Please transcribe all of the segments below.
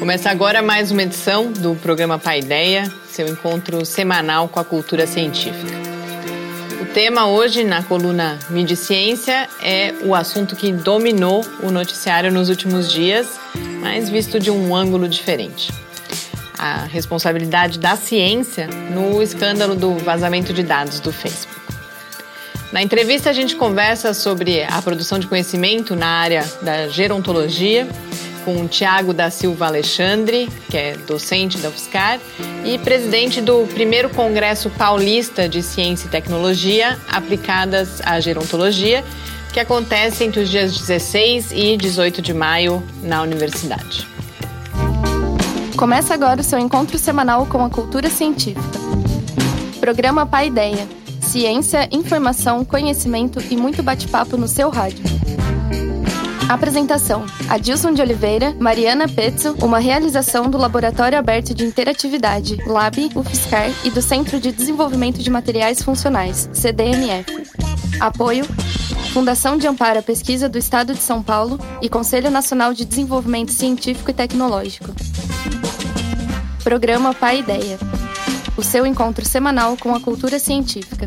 Começa agora mais uma edição do programa Paideia, seu encontro semanal com a cultura científica. O tema hoje, na coluna Mídia e Ciência, é o assunto que dominou o noticiário nos últimos dias, mas visto de um ângulo diferente. A responsabilidade da ciência no escândalo do vazamento de dados do Facebook. Na entrevista, a gente conversa sobre a produção de conhecimento na área da gerontologia, com o Tiago da Silva Alexandre, que é docente da UFSCar e presidente do primeiro Congresso Paulista de Ciência e Tecnologia aplicadas à gerontologia, que acontece entre os dias 16 e 18 de maio na universidade. Começa agora o seu encontro semanal com a cultura científica. Programa Paideia. Ciência, informação, conhecimento e muito bate-papo no seu rádio. Apresentação: Adilson de Oliveira, Mariana Pezzo, uma realização do Laboratório Aberto de Interatividade, LAB, UFSCar e do Centro de Desenvolvimento de Materiais Funcionais, CDMF. Apoio: Fundação de Amparo à Pesquisa do Estado de São Paulo e Conselho Nacional de Desenvolvimento Científico e Tecnológico. Programa Paideia. O seu encontro semanal com a cultura científica.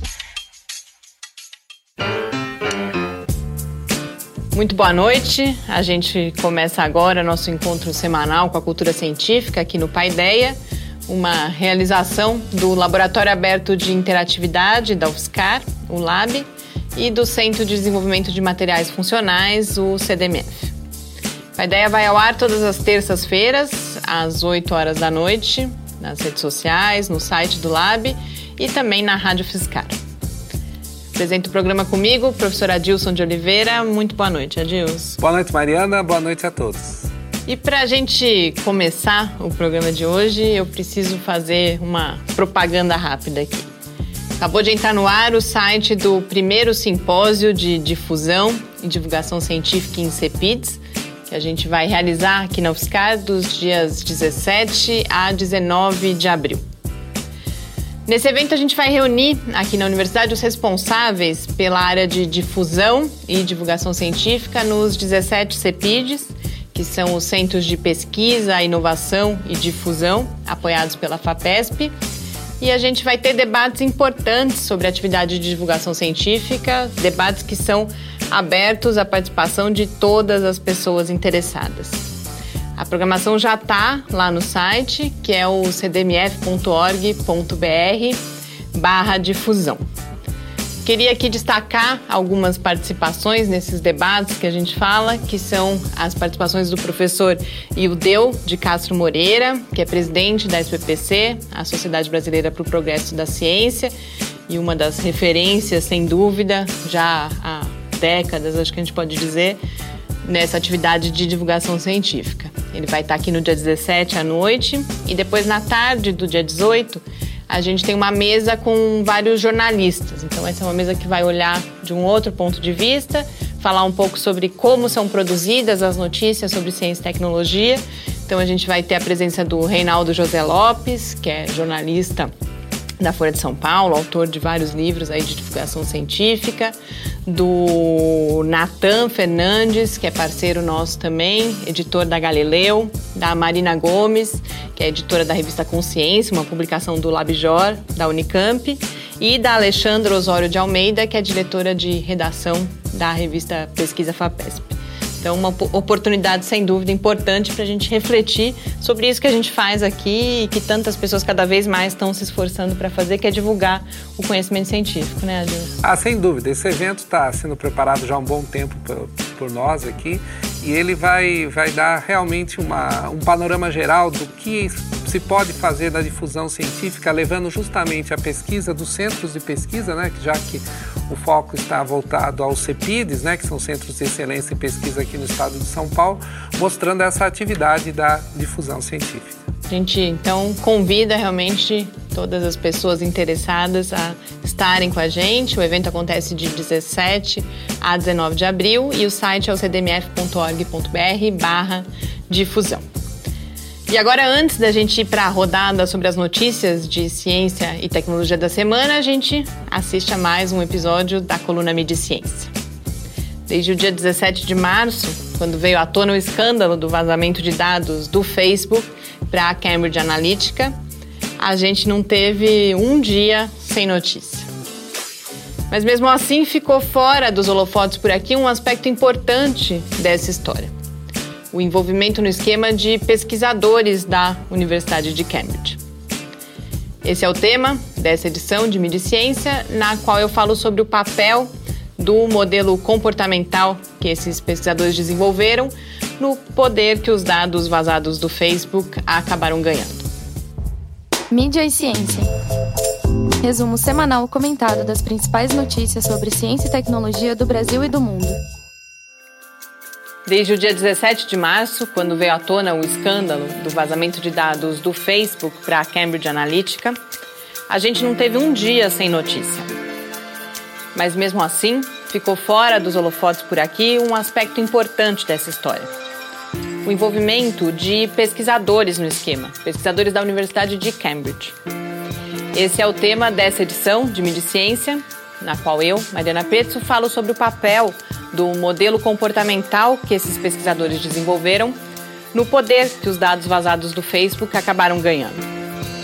Muito boa noite, a gente começa agora nosso encontro semanal com a cultura científica aqui no Paideia, uma realização do Laboratório Aberto de Interatividade da UFSCar, o LAB, e do Centro de Desenvolvimento de Materiais Funcionais, o CDMF. O Paideia vai ao ar todas as terças-feiras, às 8 horas da noite, nas redes sociais, no site do LAB e também na Rádio UFSCar. Apresento o programa comigo, o professor Adilson de Oliveira. Muito boa noite, Adilson. Boa noite, Mariana. Boa noite a todos. E para a gente começar o programa de hoje, eu preciso fazer uma propaganda rápida aqui. Acabou de entrar no ar o site do primeiro simpósio de difusão e divulgação científica em CEPIDS, que a gente vai realizar aqui na UFSCar dos dias 17 a 19 de abril. Nesse evento, a gente vai reunir aqui na universidade os responsáveis pela área de difusão e divulgação científica nos 17 CEPIDs, que são os Centros de Pesquisa, Inovação e Difusão, apoiados pela FAPESP. E a gente vai ter debates importantes sobre a atividade de divulgação científica, debates que são abertos à participação de todas as pessoas interessadas. A programação já está lá no site, que é o cdmf.org.br/difusão. Queria aqui destacar algumas participações nesses debates que a gente fala, que são as participações do professor Ildeu de Castro Moreira, que é presidente da SBPC, a Sociedade Brasileira para o Progresso da Ciência, e uma das referências, sem dúvida, já há décadas, acho que a gente pode dizer, nessa atividade de divulgação científica. Ele vai estar aqui no dia 17 à noite e depois na tarde do dia 18 a gente tem uma mesa com vários jornalistas. Então essa é uma mesa que vai olhar de um outro ponto de vista, falar um pouco sobre como são produzidas as notícias sobre ciência e tecnologia. Então a gente vai ter a presença do Reinaldo José Lopes, que é jornalista da Folha de São Paulo, autor de vários livros aí de divulgação científica, do Natan Fernandes, que é parceiro nosso também, editor da Galileu, da Marina Gomes, que é editora da revista Consciência, uma publicação do LabJOR, da Unicamp, e da Alexandra Osório de Almeida, que é diretora de redação da revista Pesquisa FAPESP. Então, uma oportunidade, sem dúvida, importante para a gente refletir sobre isso que a gente faz aqui e que tantas pessoas cada vez mais estão se esforçando para fazer, que é divulgar o conhecimento científico, né, Adilson? Sem dúvida. Esse evento está sendo preparado já há um bom tempo por nós aqui e ele vai dar realmente um panorama geral do que se pode fazer da difusão científica, levando justamente a pesquisa dos centros de pesquisa, né, já que o foco está voltado aos CEPIDs, né, que são Centros de Excelência em Pesquisa aqui no estado de São Paulo, mostrando essa atividade da difusão científica. A gente, então, convida realmente todas as pessoas interessadas a estarem com a gente. O evento acontece de 17 a 19 de abril e o site é o cdmf.org.br/difusão. E agora, antes da gente ir para a rodada sobre as notícias de ciência e tecnologia da semana, a gente assiste a mais um episódio da coluna Mídia e Ciência. Desde o dia 17 de março, quando veio à tona o escândalo do vazamento de dados do Facebook para a Cambridge Analytica, a gente não teve um dia sem notícia. Mas mesmo assim ficou fora dos holofotes por aqui um aspecto importante dessa história: o envolvimento no esquema de pesquisadores da Universidade de Cambridge. Esse é o tema dessa edição de Mídia e Ciência, na qual eu falo sobre o papel do modelo comportamental que esses pesquisadores desenvolveram no poder que os dados vazados do Facebook acabaram ganhando. Mídia e Ciência. Resumo semanal comentado das principais notícias sobre ciência e tecnologia do Brasil e do mundo. Desde o dia 17 de março, quando veio à tona o escândalo do vazamento de dados do Facebook para a Cambridge Analytica, a gente não teve um dia sem notícia. Mas mesmo assim, ficou fora dos holofotes por aqui um aspecto importante dessa história: o envolvimento de pesquisadores no esquema, pesquisadores da Universidade de Cambridge. Esse é o tema dessa edição de Mídia e Ciência, na qual eu, Mariana Pezzo, falo sobre o papel do modelo comportamental que esses pesquisadores desenvolveram no poder que os dados vazados do Facebook acabaram ganhando.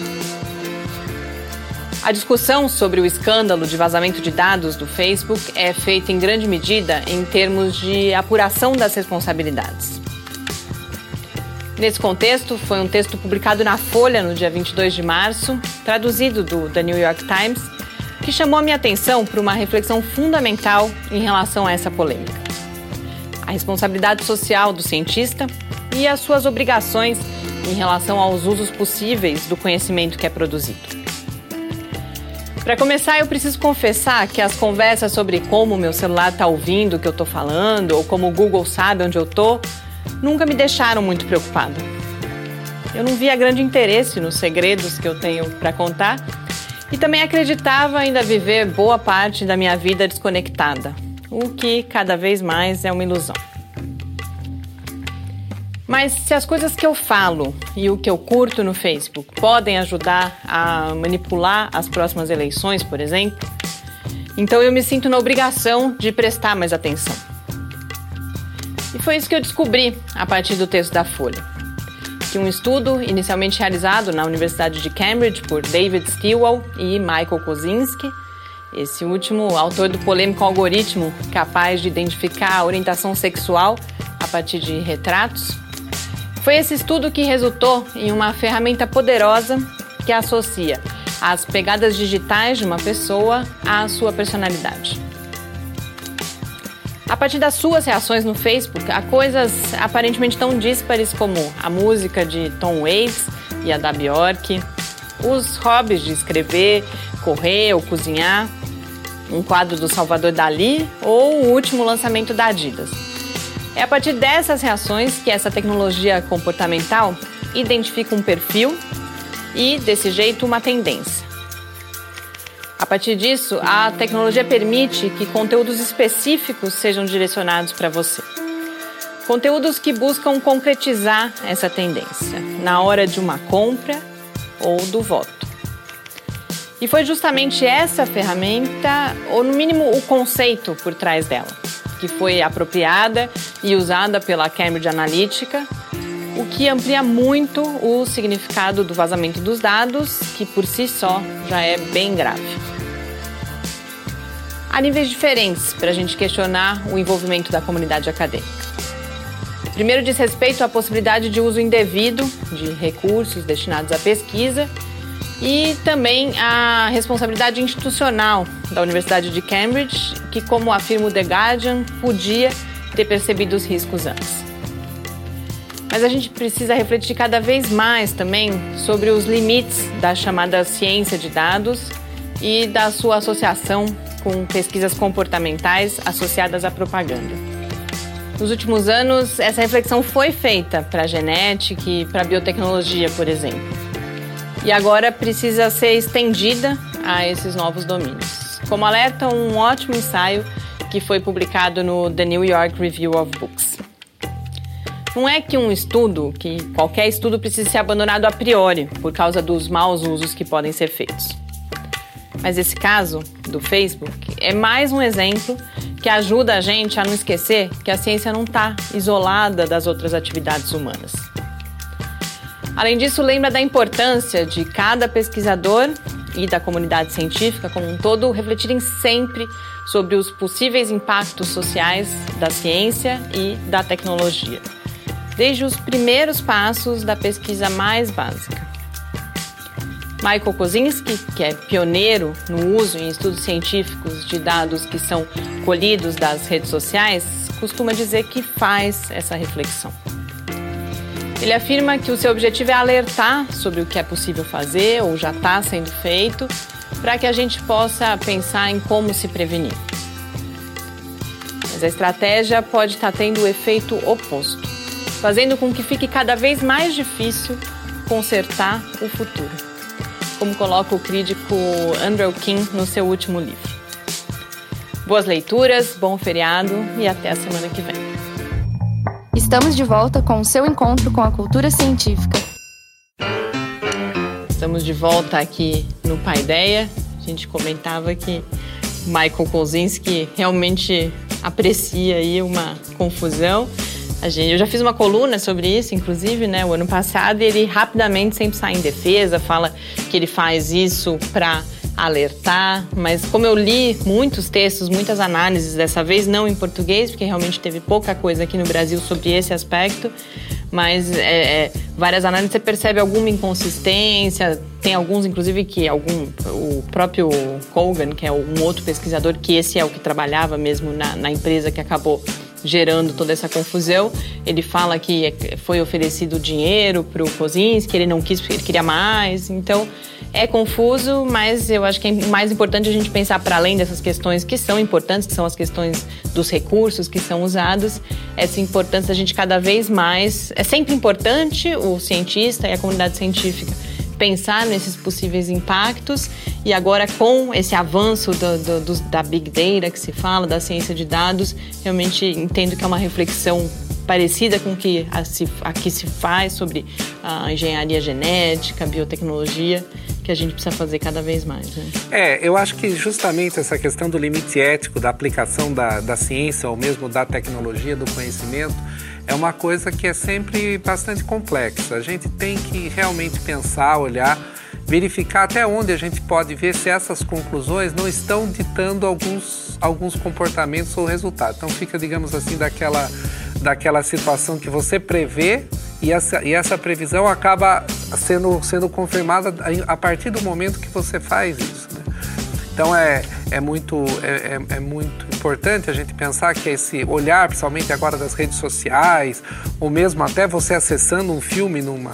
A discussão sobre o escândalo de vazamento de dados do Facebook é feita em grande medida em termos de apuração das responsabilidades. Nesse contexto, foi um texto publicado na Folha no dia 22 de março, traduzido do The New York Times, que chamou a minha atenção para uma reflexão fundamental em relação a essa polêmica: a responsabilidade social do cientista e as suas obrigações em relação aos usos possíveis do conhecimento que é produzido. Para começar, eu preciso confessar que as conversas sobre como o meu celular está ouvindo o que eu estou falando ou como o Google sabe onde eu estou nunca me deixaram muito preocupada. Eu não via grande interesse nos segredos que eu tenho para contar e também acreditava ainda viver boa parte da minha vida desconectada, o que cada vez mais é uma ilusão. Mas se as coisas que eu falo e o que eu curto no Facebook podem ajudar a manipular as próximas eleições, por exemplo, então eu me sinto na obrigação de prestar mais atenção. E foi isso que eu descobri a partir do texto da Folha: que um estudo inicialmente realizado na Universidade de Cambridge por David Stilwell e Michael Kosinski, esse último autor do polêmico algoritmo capaz de identificar a orientação sexual a partir de retratos, foi esse estudo que resultou em uma ferramenta poderosa que associa as pegadas digitais de uma pessoa à sua personalidade. A partir das suas reações no Facebook a coisas aparentemente tão díspares como a música de Tom Waits e a da Bjork, os hobbies de escrever, correr ou cozinhar, um quadro do Salvador Dalí ou o último lançamento da Adidas. É a partir dessas reações que essa tecnologia comportamental identifica um perfil e, desse jeito, uma tendência. A partir disso, a tecnologia permite que conteúdos específicos sejam direcionados para você. Conteúdos que buscam concretizar essa tendência na hora de uma compra ou do voto. E foi justamente essa ferramenta, ou no mínimo o conceito por trás dela, que foi apropriada e usada pela Cambridge Analytica, o que amplia muito o significado do vazamento dos dados, que por si só já é bem grave. Há níveis diferentes para a gente questionar o envolvimento da comunidade acadêmica. Primeiro diz respeito à possibilidade de uso indevido de recursos destinados à pesquisa e também à responsabilidade institucional da Universidade de Cambridge, que, como afirma o The Guardian, podia ter percebido os riscos antes. Mas a gente precisa refletir cada vez mais também sobre os limites da chamada ciência de dados e da sua associação com pesquisas comportamentais associadas à propaganda. Nos últimos anos, essa reflexão foi feita para a genética e para a biotecnologia, por exemplo. E agora precisa ser estendida a esses novos domínios. Como alerta um ótimo ensaio que foi publicado no The New York Review of Books. Não é que qualquer estudo precise ser abandonado a priori por causa dos maus usos que podem ser feitos. Mas esse caso do Facebook é mais um exemplo porque ajuda a gente a não esquecer que a ciência não está isolada das outras atividades humanas. Além disso, lembra da importância de cada pesquisador e da comunidade científica como um todo refletirem sempre sobre os possíveis impactos sociais da ciência e da tecnologia, desde os primeiros passos da pesquisa mais básica. Michael Kosinski, que é pioneiro no uso em estudos científicos de dados que são colhidos das redes sociais, costuma dizer que faz essa reflexão. Ele afirma que o seu objetivo é alertar sobre o que é possível fazer ou já está sendo feito, para que a gente possa pensar em como se prevenir. Mas a estratégia pode estar tendo o efeito oposto, fazendo com que fique cada vez mais difícil consertar o futuro, como coloca o crítico Andrew King no seu último livro. Boas leituras, bom feriado e até a semana que vem. Estamos de volta com o seu encontro com a cultura científica. Estamos de volta aqui no Paideia. A gente comentava que Michael Kosinski realmente aprecia aí uma confusão. Eu já fiz uma coluna sobre isso, inclusive, né, o ano passado, e ele rapidamente sempre sai em defesa, fala que ele faz isso para alertar, mas como eu li muitos textos, muitas análises, dessa vez não em português, porque realmente teve pouca coisa aqui no Brasil sobre esse aspecto, mas várias análises você percebe alguma inconsistência, tem alguns inclusive que o próprio Kogan, que é um outro pesquisador, que esse é o que trabalhava mesmo na empresa que acabou gerando toda essa confusão, ele fala que foi oferecido dinheiro para o Kosinski, ele não quis porque ele queria mais, então é confuso, mas eu acho que é mais importante a gente pensar para além dessas questões que são importantes, que são as questões dos recursos que são usados, essa importância da gente cada vez mais, é sempre importante o cientista e a comunidade científica pensar nesses possíveis impactos e agora com esse avanço da Big Data que se fala, da ciência de dados, realmente entendo que é uma reflexão parecida com o que aqui se faz sobre a engenharia genética, a biotecnologia, que a gente precisa fazer cada vez mais, né? Eu acho que justamente essa questão do limite ético, da aplicação da ciência ou mesmo da tecnologia, do conhecimento, é uma coisa que é sempre bastante complexa. A gente tem que realmente pensar, olhar, verificar até onde a gente pode ver se essas conclusões não estão ditando alguns comportamentos ou resultados. Então fica, digamos assim, daquela situação que você prevê e essa previsão acaba sendo confirmada a partir do momento que você faz isso, né? Então é muito importante a gente pensar que esse olhar, principalmente agora das redes sociais, ou mesmo até você acessando um filme numa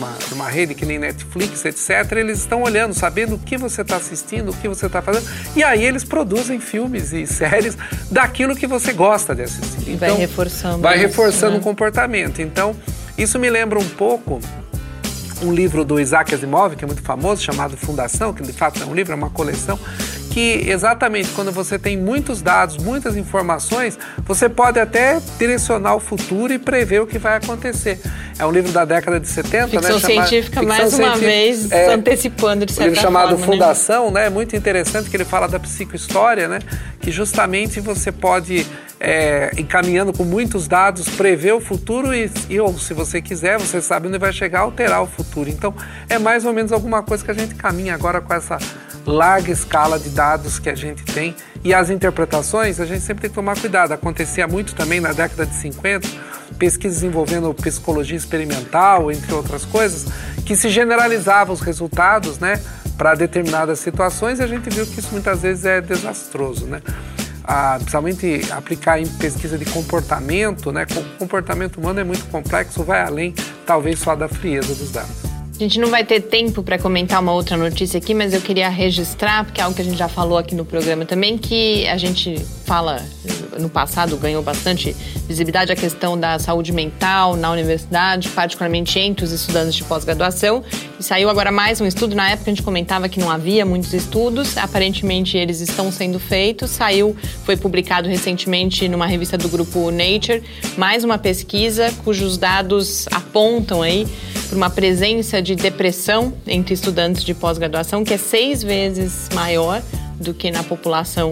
rede que nem Netflix, etc., eles estão olhando, sabendo o que você está assistindo, o que você está fazendo, e aí eles produzem filmes e séries daquilo que você gosta de assistir. Então, vai reforçando o comportamento. Então, isso me lembra um pouco um livro do Isaac Asimov, que é muito famoso, chamado Fundação, que de fato é um livro, é uma coleção, que exatamente quando você tem muitos dados, muitas informações, você pode até direcionar o futuro e prever o que vai acontecer. É um livro da década de 70, ficção científica, mais uma vez, antecipando de certa forma. Um livro chamado Fundação, né? Muito interessante, que ele fala da psicohistória, né? Que justamente você pode, encaminhando com muitos dados, prever o futuro ou se você quiser, você sabe onde vai chegar, alterar o futuro. Então, é mais ou menos alguma coisa que a gente caminha agora com essa larga escala de dados que a gente tem. E as interpretações, a gente sempre tem que tomar cuidado. Acontecia muito também na década de 50, pesquisas envolvendo psicologia experimental, entre outras coisas, que se generalizavam os resultados, né, para determinadas situações, e a gente viu que isso muitas vezes é desastroso, né? Principalmente aplicar em pesquisa de comportamento, né? O comportamento humano é muito complexo, vai além, talvez, só da frieza dos dados. A gente não vai ter tempo para comentar uma outra notícia aqui, mas eu queria registrar, porque é algo que a gente já falou aqui no programa também, que a gente fala, no passado ganhou bastante visibilidade a questão da saúde mental na universidade, particularmente entre os estudantes de pós-graduação. E saiu agora mais um estudo, na época a gente comentava que não havia muitos estudos, aparentemente eles estão sendo feitos. Foi publicado recentemente numa revista do grupo Nature, mais uma pesquisa cujos dados apontam aí para uma presença de depressão entre estudantes de pós-graduação, que é 6 vezes maior do que na população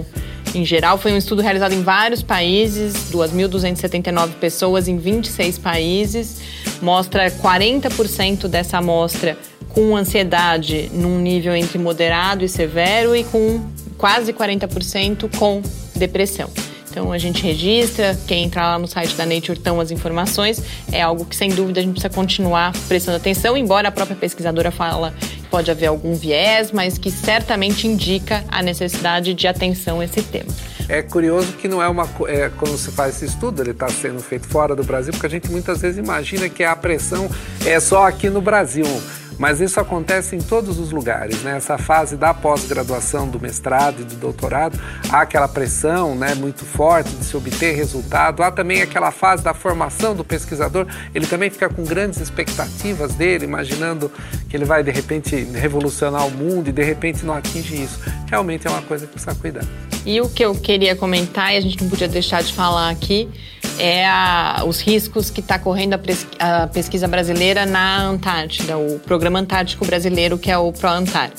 em geral. Foi um estudo realizado em vários países, 2.279 pessoas em 26 países. Mostra 40% dessa amostra com ansiedade num nível entre moderado e severo e com quase 40% com depressão. Então a gente registra, quem entrar lá no site da Nature estão as informações, é algo que sem dúvida a gente precisa continuar prestando atenção, embora a própria pesquisadora fala que pode haver algum viés, mas que certamente indica a necessidade de atenção a esse tema. É curioso que não é quando se faz esse estudo, ele está sendo feito fora do Brasil, porque a gente muitas vezes imagina que a pressão é só aqui no Brasil. Mas isso acontece em todos os lugares, né? Essa fase da pós-graduação, do mestrado e do doutorado, há aquela pressão, né, muito forte de se obter resultado. Há também aquela fase da formação do pesquisador, ele também fica com grandes expectativas dele, imaginando que ele vai, de repente, revolucionar o mundo e, de repente, não atinge isso. Realmente é uma coisa que precisa cuidar. E o que eu queria comentar, e a gente não podia deixar de falar aqui, é os riscos que está correndo a pesquisa brasileira na Antártida, o Programa Antártico Brasileiro, que é o ProAntar.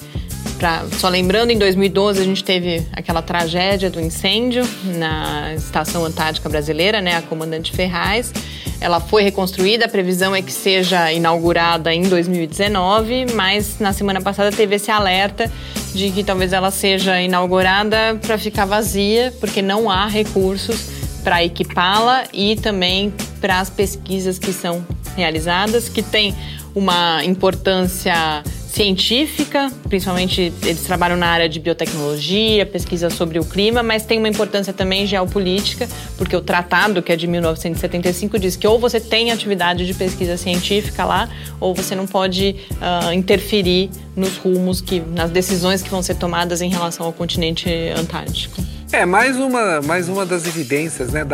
Só lembrando, em 2012 a gente teve aquela tragédia do incêndio na Estação Antártica Brasileira, né, a Comandante Ferraz. Ela foi reconstruída, a previsão é que seja inaugurada em 2019, mas na semana passada teve esse alerta de que talvez ela seja inaugurada para ficar vazia, porque não há recursos para equipá-la e também para as pesquisas que são realizadas, que têm uma importância científica, principalmente eles trabalham na área de biotecnologia, pesquisa sobre o clima, mas tem uma importância também geopolítica, porque o tratado, que é de 1975, diz que ou você tem atividade de pesquisa científica lá, ou você não pode interferir nos rumos, nas decisões que vão ser tomadas em relação ao continente antártico. Mais uma das evidências, né,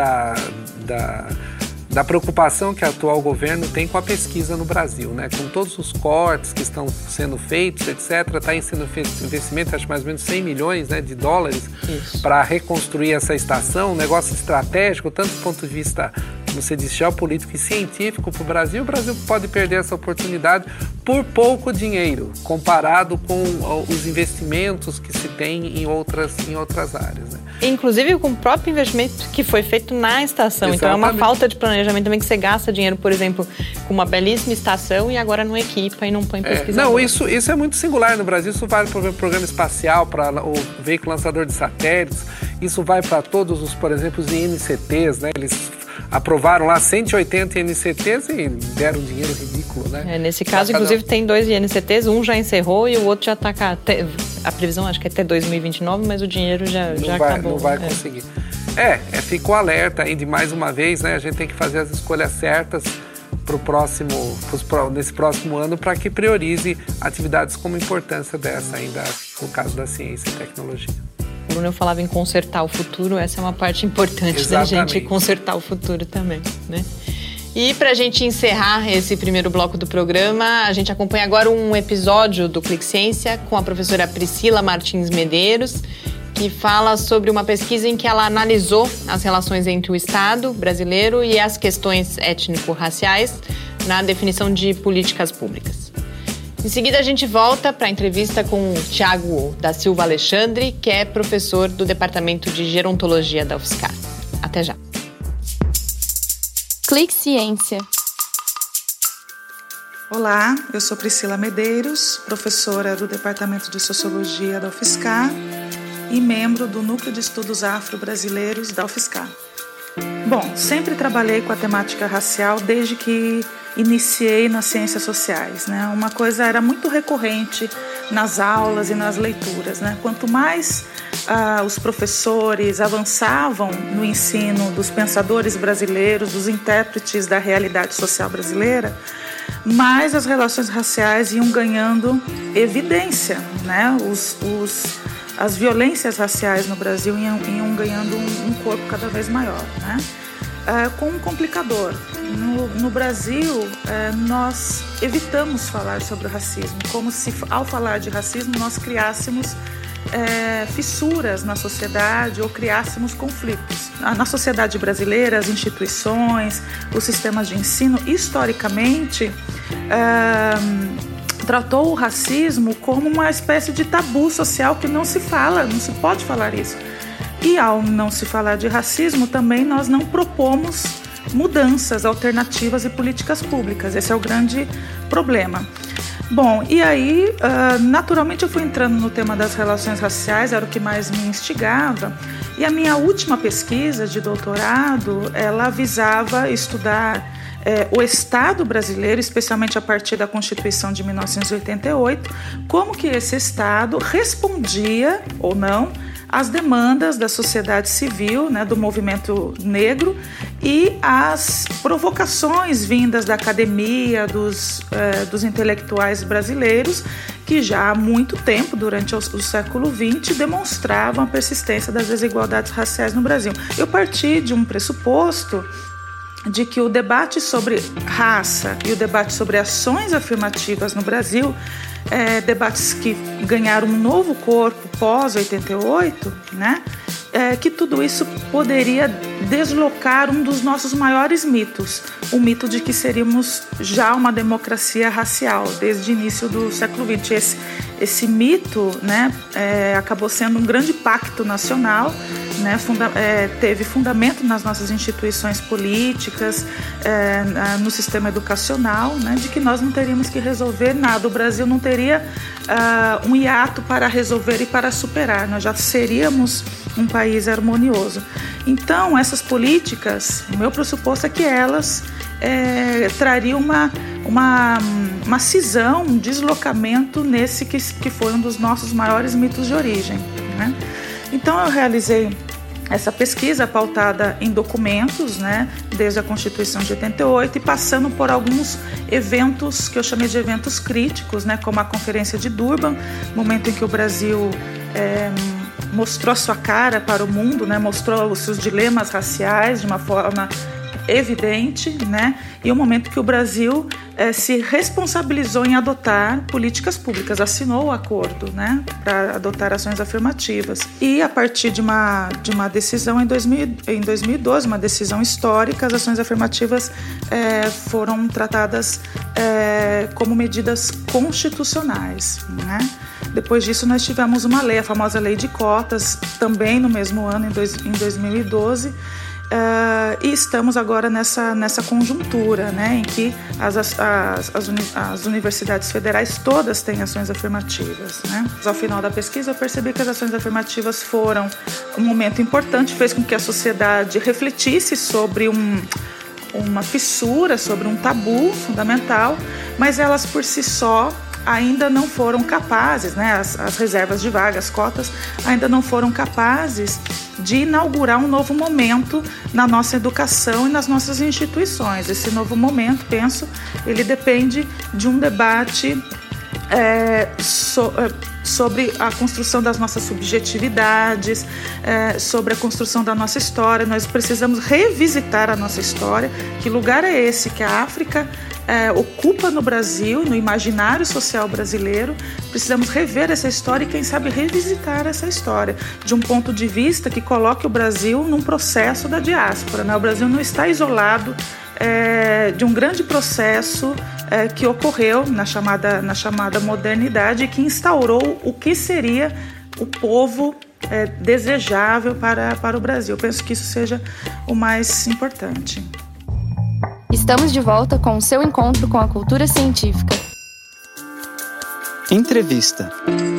da preocupação que o atual governo tem com a pesquisa no Brasil, né? Com todos os cortes que estão sendo feitos, etc., está sendo feito investimento, acho mais ou menos 100 milhões, né, de dólares para reconstruir essa estação, um negócio estratégico, tanto do ponto de vista, como você disse, geopolítico e científico para o Brasil. O Brasil pode perder essa oportunidade por pouco dinheiro, comparado com os investimentos que se tem em outras áreas, né? Inclusive com o próprio investimento que foi feito na estação. Exatamente. Então é uma falta de planejamento também, que você gasta dinheiro, por exemplo, com uma belíssima estação e agora não equipa e não põe pesquisador. Não, isso é muito singular no Brasil. Isso vale para o programa espacial, para o veículo lançador de satélites. Isso vai para todos os, por exemplo, os INCTs, né? Eles aprovaram lá 180 INCTs e deram dinheiro ridículo, né? Nesse caso, inclusive, tem 2 INCTs, um já encerrou e o outro já está cá. A previsão acho que é até 2029, mas o dinheiro já acabou. Não vai conseguir. Ficou alerta aí de mais uma vez, né? A gente tem que fazer as escolhas certas nesse próximo ano para que priorize atividades como importância dessa ainda, no caso da ciência e tecnologia. Bruno, eu falava em consertar o futuro, essa é uma parte importante da gente consertar o futuro também, né? E para a gente encerrar esse primeiro bloco do programa, a gente acompanha agora um episódio do Clique Ciência com a professora Priscila Martins Medeiros, que fala sobre uma pesquisa em que ela analisou as relações entre o Estado brasileiro e as questões étnico-raciais na definição de políticas públicas. Em seguida, a gente volta para a entrevista com o Thiago da Silva Alexandre, que é professor do Departamento de Gerontologia da UFSCar. Até já. Clique Ciência. Olá, eu sou Priscila Medeiros, professora do Departamento de Sociologia da UFSCar e membro do Núcleo de Estudos Afro-Brasileiros da UFSCar. Bom, sempre trabalhei com a temática racial desde que iniciei nas ciências sociais, né? Uma coisa era muito recorrente nas aulas e nas leituras, né? Quanto mais os professores avançavam no ensino dos pensadores brasileiros, dos intérpretes da realidade social brasileira, mais as relações raciais iam ganhando evidência, né? As violências raciais no Brasil iam ganhando um corpo cada vez maior, né? Com um complicador. No Brasil, nós evitamos falar sobre o racismo, como se, ao falar de racismo, nós criássemos fissuras na sociedade ou criássemos conflitos. Na sociedade brasileira, as instituições, os sistemas de ensino, historicamente, tratou o racismo como uma espécie de tabu social que não se fala, não se pode falar isso. E ao não se falar de racismo, também nós não propomos mudanças, alternativas e políticas públicas. Esse é o grande problema. Bom, e aí, naturalmente eu fui entrando no tema das relações raciais, era o que mais me instigava. E a minha última pesquisa de doutorado, ela visava estudar o Estado brasileiro, especialmente a partir da Constituição de 1988, como que esse Estado respondia ou não às demandas da sociedade civil, né, do movimento negro e às provocações vindas da academia, dos intelectuais brasileiros, que já há muito tempo, durante o século XX, demonstravam a persistência das desigualdades raciais no Brasil. Eu parti de um pressuposto de que o debate sobre raça e o debate sobre ações afirmativas no Brasil, debates que ganharam um novo corpo pós-88, né? Que tudo isso poderia deslocar um dos nossos maiores mitos, o mito de que seríamos já uma democracia racial desde o início do século XX. Esse mito, né, acabou sendo um grande pacto nacional, né, teve fundamento nas nossas instituições políticas, no sistema educacional, né, de que nós não teríamos que resolver nada, o Brasil não teria um hiato para resolver e para superar, nós já seríamos um país harmonioso. Então, essas políticas, o meu pressuposto é que elas trariam uma cisão, um deslocamento nesse que foi um dos nossos maiores mitos de origem, né? Então, eu realizei essa pesquisa pautada em documentos, né, desde a Constituição de 88 e passando por alguns eventos que eu chamei de eventos críticos, né, como a Conferência de Durban, momento em que o Brasil mostrou a sua cara para o mundo, né, mostrou os seus dilemas raciais de uma forma evidente, né, e o momento que o Brasil se responsabilizou em adotar políticas públicas, assinou o acordo, né, para adotar ações afirmativas. E a partir de uma decisão em 2012, uma decisão histórica, as ações afirmativas foram tratadas como medidas constitucionais, né? Depois disso, nós tivemos uma lei, a famosa Lei de Cotas, também no mesmo ano, em 2012, e estamos agora nessa conjuntura, né, em que as universidades federais todas têm ações afirmativas, né? Ao final da pesquisa, eu percebi que as ações afirmativas foram um momento importante, fez com que a sociedade refletisse sobre uma fissura, sobre um tabu fundamental, mas elas por si só ainda não foram capazes, né, as reservas de vagas, cotas, ainda não foram capazes de inaugurar um novo momento na nossa educação e nas nossas instituições. Esse novo momento, penso, ele depende de um debate sobre a construção das nossas subjetividades, sobre a construção da nossa história. Nós precisamos revisitar a nossa história. Que lugar é esse que a África ocupa no Brasil, no imaginário social brasileiro? Precisamos rever essa história e, quem sabe, revisitar essa história de um ponto de vista que coloque o Brasil num processo da diáspora, né? O Brasil não está isolado de um grande processo que ocorreu na chamada modernidade e que instaurou o que seria o povo desejável para o Brasil. Eu penso que isso seja o mais importante. Estamos de volta com o seu encontro com a cultura científica. Entrevista.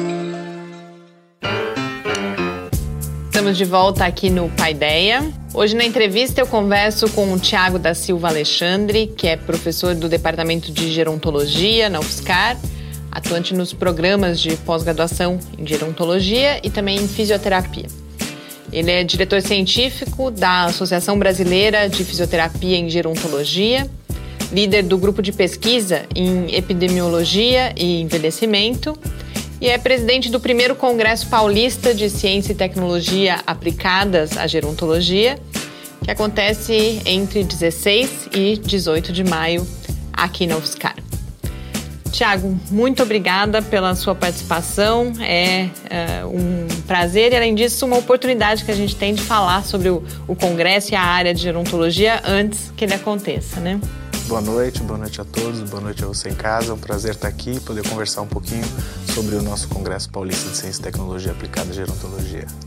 Estamos de volta aqui no Paideia. Hoje na entrevista eu converso com o Thiago da Silva Alexandre, que é professor do Departamento de Gerontologia na UFSCar, atuante nos programas de pós-graduação em Gerontologia e também em Fisioterapia. Ele é diretor científico da Associação Brasileira de Fisioterapia em Gerontologia, líder do grupo de pesquisa em Epidemiologia e Envelhecimento e é presidente do primeiro Congresso Paulista de Ciência e Tecnologia Aplicadas à Gerontologia, que acontece entre 16 e 18 de maio aqui na UFSCar. Thiago, muito obrigada pela sua participação, é um prazer e, além disso, uma oportunidade que a gente tem de falar sobre o Congresso e a área de gerontologia antes que ele aconteça, né? Boa noite a todos, boa noite a você em casa, é um prazer estar aqui e poder conversar um pouquinho sobre o nosso Congresso Paulista de Ciência e Tecnologia Aplicada à Gerontologia.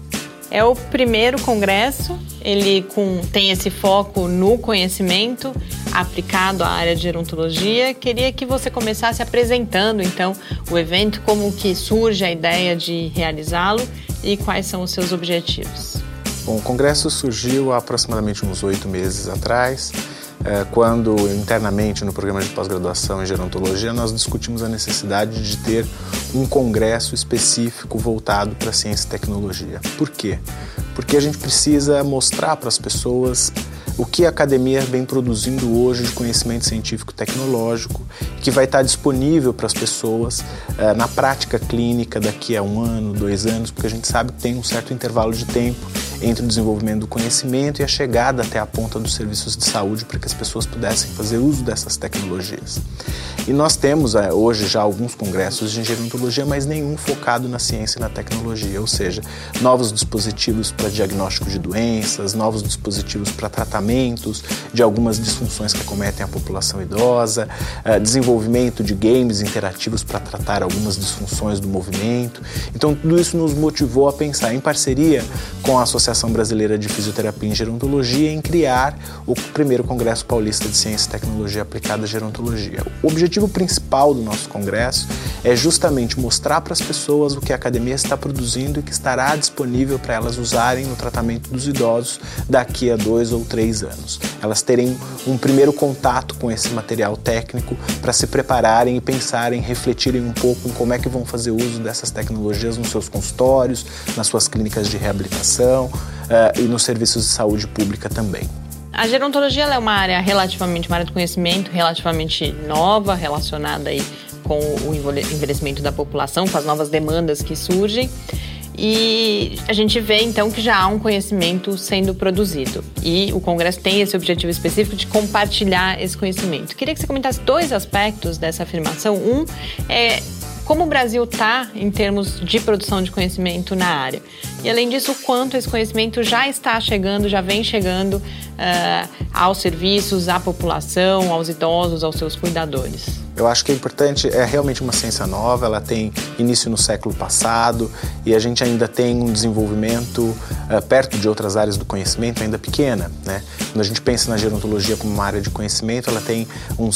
É o primeiro congresso, ele tem esse foco no conhecimento aplicado à área de gerontologia. Queria que você começasse apresentando, então, o evento, como que surge a ideia de realizá-lo e quais são os seus objetivos. Bom, o congresso surgiu há aproximadamente uns 8 meses atrás, quando internamente no programa de pós-graduação em gerontologia nós discutimos a necessidade de ter um congresso específico voltado para ciência e tecnologia. Por quê? Porque a gente precisa mostrar para as pessoas o que a academia vem produzindo hoje de conhecimento científico e tecnológico, que vai estar disponível para as pessoas na prática clínica daqui a 1 ano, 2 anos, porque a gente sabe que tem um certo intervalo de tempo entre o desenvolvimento do conhecimento e a chegada até a ponta dos serviços de saúde para que as pessoas pudessem fazer uso dessas tecnologias. E nós temos hoje já alguns congressos de gerontologia, mas nenhum focado na ciência e na tecnologia, ou seja, novos dispositivos para diagnóstico de doenças, novos dispositivos para tratamentos de algumas disfunções que acometem a população idosa, desenvolvimento de games interativos para tratar algumas disfunções do movimento. Então, tudo isso nos motivou a pensar em parceria com a Associação Brasileira de Fisioterapia em Gerontologia em criar o primeiro Congresso Paulista de Ciência e Tecnologia Aplicada à Gerontologia. O objetivo principal do nosso congresso é justamente mostrar para as pessoas o que a academia está produzindo e que estará disponível para elas usarem no tratamento dos idosos daqui a 2 ou 3 anos. Elas terem um primeiro contato com esse material técnico para se prepararem e pensarem, refletirem um pouco em como é que vão fazer uso dessas tecnologias nos seus consultórios, nas suas clínicas de reabilitação e nos serviços de saúde pública também. A gerontologia é uma área de conhecimento relativamente nova, relacionada aí com o envelhecimento da população, com as novas demandas que surgem. E a gente vê, então, que já há um conhecimento sendo produzido. E o Congresso tem esse objetivo específico de compartilhar esse conhecimento. Queria que você comentasse 2 aspectos dessa afirmação. Um é como o Brasil está em termos de produção de conhecimento na área. E, além disso, o quanto esse conhecimento já está chegando, já vem chegando aos serviços, à população, aos idosos, aos seus cuidadores. Eu acho que é importante, é realmente uma ciência nova, ela tem início no século passado e a gente ainda tem um desenvolvimento perto de outras áreas do conhecimento ainda pequena, né? Quando a gente pensa na gerontologia como uma área de conhecimento, ela tem uns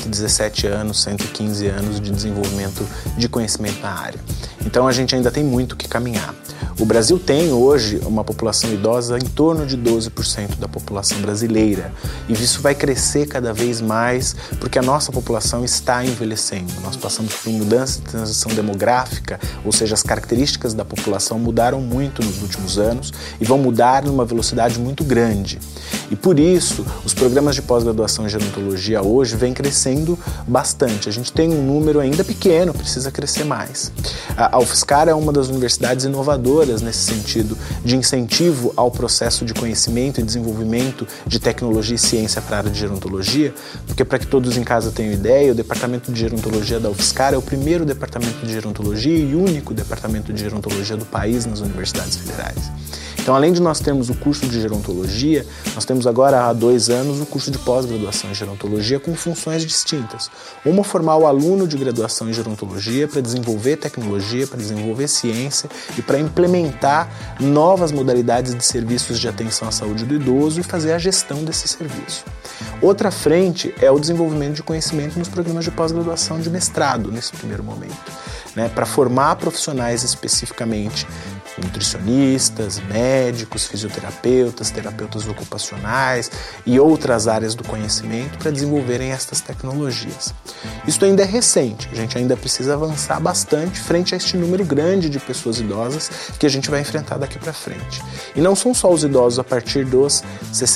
117 anos, 115 anos de desenvolvimento de conhecimento na área. Então a gente ainda tem muito que caminhar. O Brasil tem hoje uma população idosa em torno de 12% da população brasileira e isso vai crescer cada vez mais porque a nossa população está envelhecendo. Nós passamos por mudança de transição demográfica, ou seja, as características da população mudaram muito nos últimos anos e vão mudar numa velocidade muito grande. E por isso, os programas de pós-graduação em gerontologia hoje vêm crescendo bastante. A gente tem um número ainda pequeno, precisa crescer mais. A UFSCar é uma das universidades inovadoras nesse sentido de incentivo ao processo de conhecimento e desenvolvimento de tecnologia e ciência para a área de gerontologia, porque para que todos em casa tenham ideia, o Departamento de Gerontologia da UFSCar é o primeiro departamento de gerontologia e único departamento de gerontologia do país nas universidades federais. Então, além de nós termos o curso de gerontologia, nós temos agora há 2 anos o curso de pós-graduação em gerontologia com funções distintas. Uma, formar o aluno de graduação em gerontologia para desenvolver tecnologia, para desenvolver ciência e para implementar novas modalidades de serviços de atenção à saúde do idoso e fazer a gestão desse serviço. Outra frente é o desenvolvimento de conhecimento nos programas de pós-graduação de mestrado, nesse primeiro momento, né, para formar profissionais especificamente nutricionistas, médicos, fisioterapeutas, terapeutas ocupacionais e outras áreas do conhecimento para desenvolverem estas tecnologias. Isso ainda é recente, a gente ainda precisa avançar bastante frente a este número grande de pessoas idosas que a gente vai enfrentar daqui para frente. E não são só os idosos a partir dos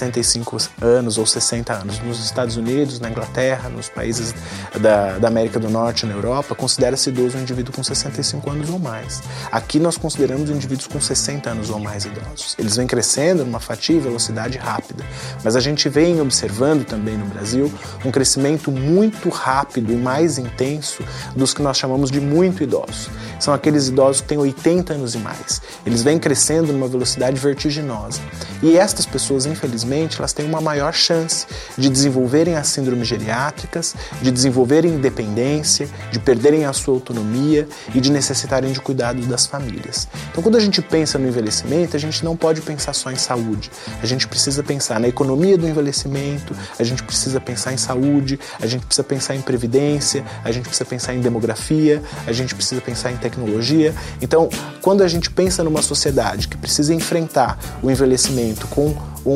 65 anos ou 60 anos. Nos Estados Unidos, na Inglaterra, nos países da América do Norte, na Europa, considera-se idoso um indivíduo com 65 anos ou mais. Aqui nós consideramos indivíduos com 60 anos ou mais idosos. Eles vêm crescendo numa fatia e velocidade rápida, mas a gente vem observando também no Brasil um crescimento muito rápido e mais intenso dos que nós chamamos de muito idosos. São aqueles idosos que têm 80 anos e mais. Eles vêm crescendo numa velocidade vertiginosa. E estas pessoas, infelizmente, elas têm uma maior chance de desenvolverem as síndromes geriátricas, de desenvolverem independência, de perderem a sua autonomia e de necessitarem de cuidados das famílias. Então, quando a gente pensa no envelhecimento, a gente não pode pensar só em saúde. A gente precisa pensar na economia do envelhecimento, a gente precisa pensar em saúde, a gente precisa pensar em previdência, a gente precisa pensar em demografia, a gente precisa pensar em tecnologia. Então, quando a gente pensa numa sociedade que precisa enfrentar o envelhecimento com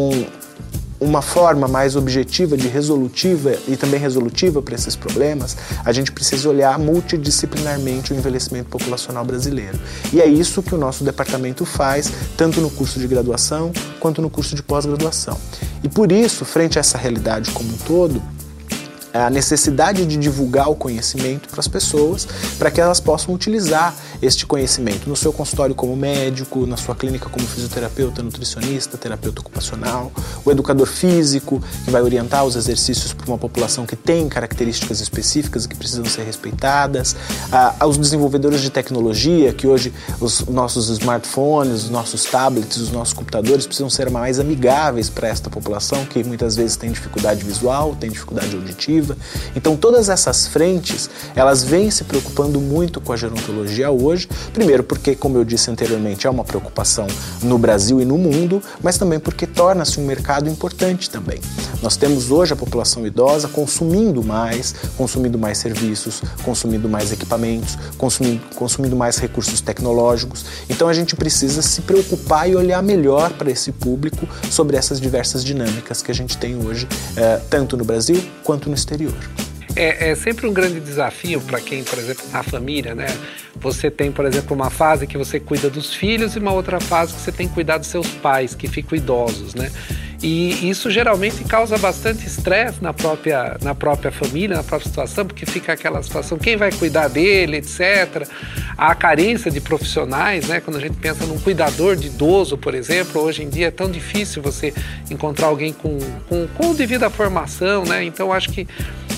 uma forma mais objetiva, resolutiva e também resolutiva para esses problemas, a gente precisa olhar multidisciplinarmente o envelhecimento populacional brasileiro. E é isso que o nosso departamento faz, tanto no curso de graduação quanto no curso de pós-graduação. E por isso, frente a essa realidade como um todo, a necessidade de divulgar o conhecimento para as pessoas, para que elas possam utilizar este conhecimento no seu consultório como médico, na sua clínica como fisioterapeuta, nutricionista, terapeuta ocupacional, o educador físico, que vai orientar os exercícios para uma população que tem características específicas e que precisam ser respeitadas, aos desenvolvedores de tecnologia, que hoje os nossos smartphones, os nossos tablets, os nossos computadores precisam ser mais amigáveis para esta população, que muitas vezes tem dificuldade visual, tem dificuldade auditiva. Então, todas essas frentes, elas vêm se preocupando muito com a gerontologia hoje, primeiro porque, como eu disse anteriormente, é uma preocupação no Brasil e no mundo, mas também porque torna-se um mercado importante também. Nós temos hoje a população idosa consumindo mais serviços, consumindo mais equipamentos, consumindo mais recursos tecnológicos. Então, a gente precisa se preocupar e olhar melhor para esse público sobre essas diversas dinâmicas que a gente tem hoje, tanto no Brasil quanto no exterior. É sempre um grande desafio para quem, por exemplo, na família, né? Você tem, por exemplo, uma fase que você cuida dos filhos e uma outra fase que você tem que cuidar dos seus pais, que ficam idosos, né? E isso geralmente causa bastante estresse na própria família, na própria situação, porque fica aquela situação, quem vai cuidar dele, etc. A carência de profissionais, né? Quando a gente pensa num cuidador de idoso, por exemplo, hoje em dia é tão difícil você encontrar alguém com devida formação, né? Então, acho que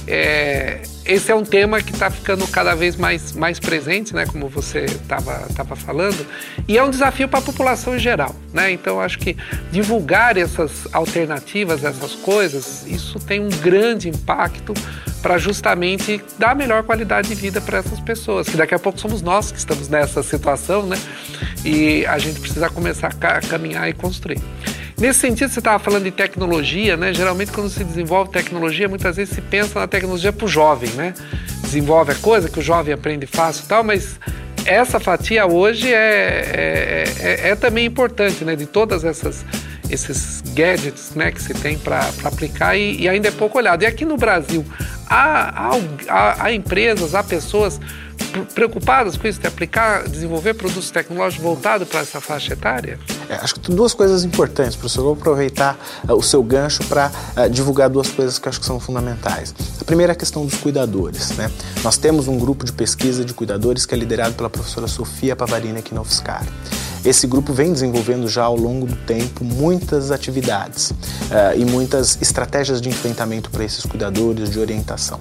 esse é um tema que está ficando cada vez mais presente, né, como você estava falando, e é um desafio para a população em geral, né? Então, acho que divulgar essas alternativas, essas coisas, isso tem um grande impacto para justamente dar melhor qualidade de vida para essas pessoas, que daqui a pouco somos nós que estamos nessa situação, né? E a gente precisa começar a caminhar e construir. Nesse sentido, você estava falando de tecnologia, né? Geralmente, quando se desenvolve tecnologia, muitas vezes se pensa na tecnologia para o jovem, né? Desenvolve a coisa que o jovem aprende fácil e tal, mas essa fatia hoje é também importante, né? De todas esses gadgets, né, que se tem para aplicar e ainda é pouco olhado. E aqui no Brasil, há empresas, há pessoas preocupadas com isso, de desenvolver produtos tecnológicos voltados para essa faixa etária? Acho que tem duas coisas importantes, professor. Eu vou aproveitar o seu gancho para divulgar duas coisas que eu acho que são fundamentais. A primeira é a questão dos cuidadores, né? Nós temos um grupo de pesquisa de cuidadores que é liderado pela professora Sofia Pavarini aqui na UFSCar. Esse grupo vem desenvolvendo já ao longo do tempo muitas atividades e muitas estratégias de enfrentamento para esses cuidadores, de orientação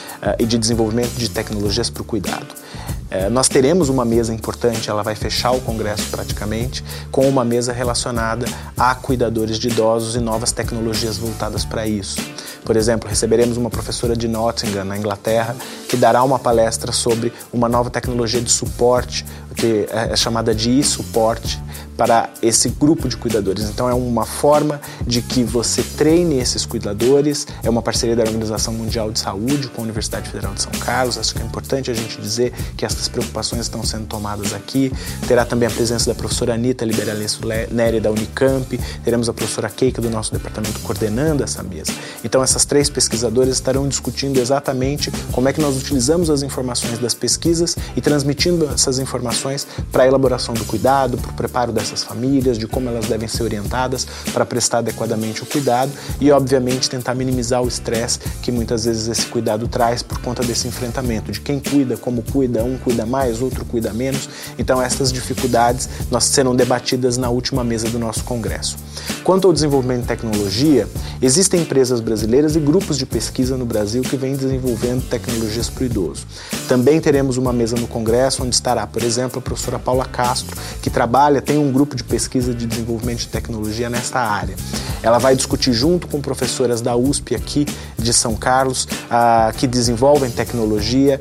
e de desenvolvimento de tecnologias para o cuidado. Nós teremos uma mesa importante, ela vai fechar o congresso praticamente, com uma mesa relacionada a cuidadores de idosos e novas tecnologias voltadas para isso. Por exemplo, receberemos uma professora de Nottingham, na Inglaterra, que dará uma palestra sobre uma nova tecnologia de suporte, que é chamada de e-suporte, para esse grupo de cuidadores. Então, é uma forma de que você treine esses cuidadores, é uma parceria da Organização Mundial de Saúde com a Universidade Federal de São Carlos. Acho que é importante a gente dizer que essas preocupações estão sendo tomadas aqui. Terá também a presença da professora Anita Liberalesso Neri, da Unicamp, teremos a professora Keika do nosso departamento coordenando essa mesa. Então, essas três pesquisadoras estarão discutindo exatamente como é que nós utilizamos as informações das pesquisas e transmitindo essas informações para a elaboração do cuidado, para o preparo dessas famílias, de como elas devem ser orientadas para prestar adequadamente o cuidado e, obviamente, tentar minimizar o estresse que muitas vezes esse cuidado traz por conta desse enfrentamento, de quem cuida, como cuida, um cuida mais, outro cuida menos. Então, essas dificuldades serão debatidas na última mesa do nosso congresso. Quanto ao desenvolvimento de tecnologia, existem empresas brasileiras e grupos de pesquisa no Brasil que vêm desenvolvendo tecnologias para o idoso. Também teremos uma mesa no congresso onde estará, por exemplo, a professora Paula Castro, que tem um grupo de pesquisa de desenvolvimento de tecnologia nesta área. Ela vai discutir junto com professoras da USP aqui de São Carlos, que desenvolvem tecnologia,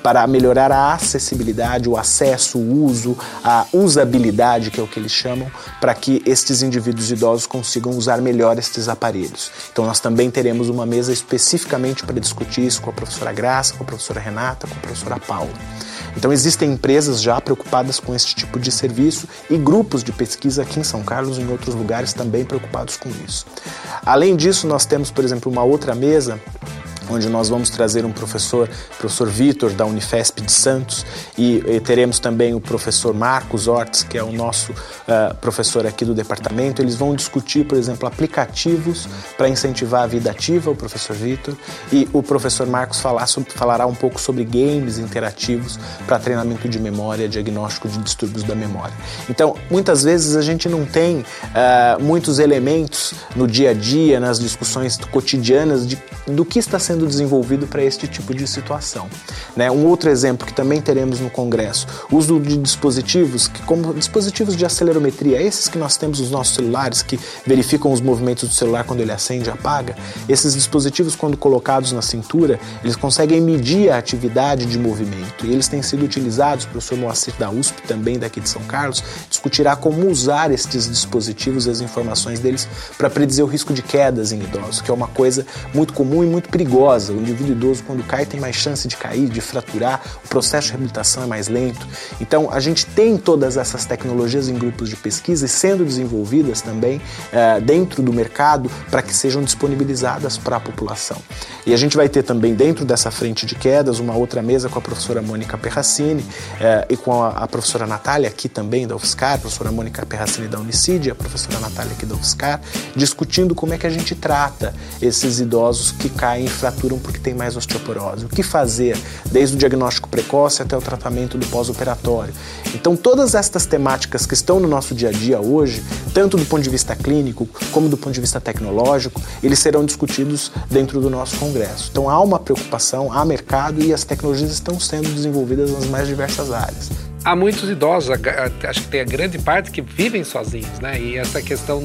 para melhorar a acessibilidade, o acesso, o uso, a usabilidade, que é o que eles chamam, para que estes indivíduos idosos consigam usar melhor estes aparelhos. Então nós também teremos uma mesa especificamente para discutir isso com a professora Graça, com a professora Renata, com a professora Paula. Então existem empresas já preocupadas com esse tipo de serviço e grupos de pesquisa aqui em São Carlos e em outros lugares também preocupados com isso. Além disso, nós temos, por exemplo, uma outra mesa onde nós vamos trazer um professor Vitor, da Unifesp de Santos, e teremos também o professor Marcos Ortiz, que é o nosso professor aqui do departamento. Eles vão discutir, por exemplo, aplicativos para incentivar a vida ativa, o professor Vitor, e o professor Marcos falará um pouco sobre games interativos para treinamento de memória, diagnóstico de distúrbios da memória. Então, muitas vezes a gente não tem muitos elementos no dia a dia, nas discussões cotidianas do que está sendo desenvolvido para este tipo de situação. Né? Um outro exemplo que também teremos no Congresso, o uso de dispositivos, como dispositivos de acelerometria, esses que nós temos nos nossos celulares, que verificam os movimentos do celular quando ele acende e apaga. Esses dispositivos, quando colocados na cintura, eles conseguem medir a atividade de movimento, e eles têm sido utilizados. O professor Moacir da USP, também daqui de São Carlos, discutirá como usar estes dispositivos e as informações deles para predizer o risco de quedas em idosos, que é uma coisa muito comum e muito perigosa. O indivíduo idoso, quando cai, tem mais chance de cair, de fraturar, o processo de reabilitação é mais lento. Então, a gente tem todas essas tecnologias em grupos de pesquisa e sendo desenvolvidas também dentro do mercado para que sejam disponibilizadas para a população. E a gente vai ter também, dentro dessa frente de quedas, uma outra mesa com a professora Mônica Perracini e com a professora Natália, aqui também da UFSCar, a professora Mônica Perracini da Unicid, a professora Natália aqui da UFSCar, discutindo como é que a gente trata esses idosos que caem e fraturam porque tem mais osteoporose. O que fazer, desde o diagnóstico precoce até o tratamento do pós-operatório. Então, todas estas temáticas que estão no nosso dia a dia hoje, tanto do ponto de vista clínico como do ponto de vista tecnológico, eles serão discutidos dentro do nosso congresso. Então, há uma preocupação, há mercado e as tecnologias estão sendo desenvolvidas nas mais diversas áreas. Há muitos idosos, acho que tem a grande parte que vivem sozinhos, né? E essa questão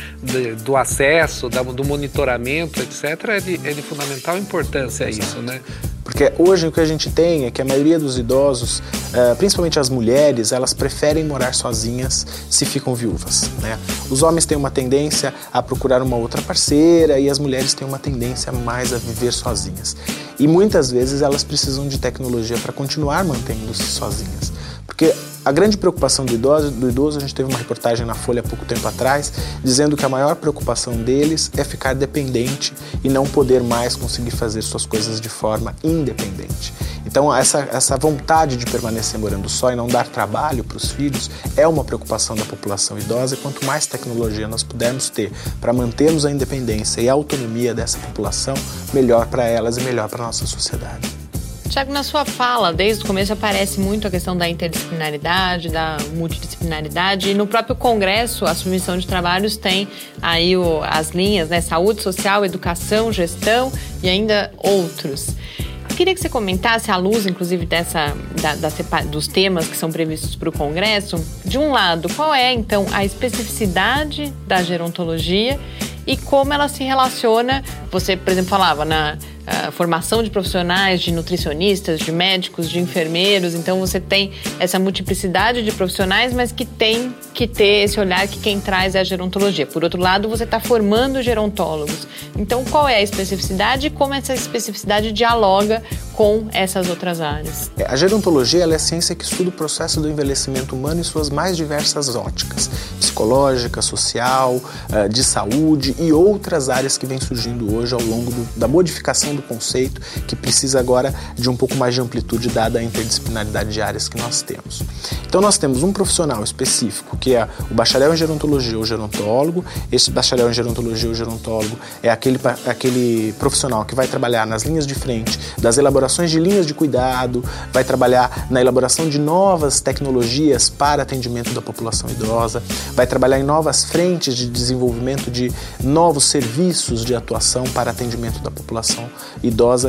do acesso, do monitoramento, etc., é de fundamental importância isso, né? Porque hoje o que a gente tem é que a maioria dos idosos, principalmente as mulheres, elas preferem morar sozinhas se ficam viúvas, né? Os homens têm uma tendência a procurar uma outra parceira e as mulheres têm uma tendência mais a viver sozinhas. E muitas vezes elas precisam de tecnologia para continuar mantendo-se sozinhas. Porque a grande preocupação do idoso, a gente teve uma reportagem na Folha há pouco tempo atrás, dizendo que a maior preocupação deles é ficar dependente e não poder mais conseguir fazer suas coisas de forma independente. Então, essa vontade de permanecer morando só e não dar trabalho para os filhos é uma preocupação da população idosa, e quanto mais tecnologia nós pudermos ter para mantermos a independência e a autonomia dessa população, melhor para elas e melhor para a nossa sociedade. Tiago, na sua fala, desde o começo aparece muito a questão da interdisciplinaridade, da multidisciplinaridade, e no próprio Congresso, a submissão de trabalhos tem aí as linhas, né? Saúde social, educação, gestão e ainda outros. Eu queria que você comentasse, à luz, inclusive, dos temas que são previstos para o Congresso, de um lado, qual é, então, a especificidade da gerontologia e como ela se relaciona, você, por exemplo, falava na formação de profissionais, de nutricionistas, de médicos, de enfermeiros, então você tem essa multiplicidade de profissionais, mas que tem que ter esse olhar que quem traz é a gerontologia. Por outro lado, você está formando gerontólogos. Então, qual é a especificidade e como essa especificidade dialoga com essas outras áreas? A gerontologia ela é a ciência que estuda o processo do envelhecimento humano em suas mais diversas óticas, psicológica, social, de saúde e outras áreas que vêm surgindo hoje ao longo da modificação do conceito, que precisa agora de um pouco mais de amplitude dada a interdisciplinaridade de áreas que nós temos. Então nós temos um profissional específico, que é o bacharel em gerontologia ou gerontólogo. Esse bacharel em gerontologia ou gerontólogo é aquele profissional que vai trabalhar nas linhas de frente das elaborações de linhas de cuidado, vai trabalhar na elaboração de novas tecnologias para atendimento da população idosa, vai trabalhar em novas frentes de desenvolvimento de novos serviços de atuação para atendimento da população idosa,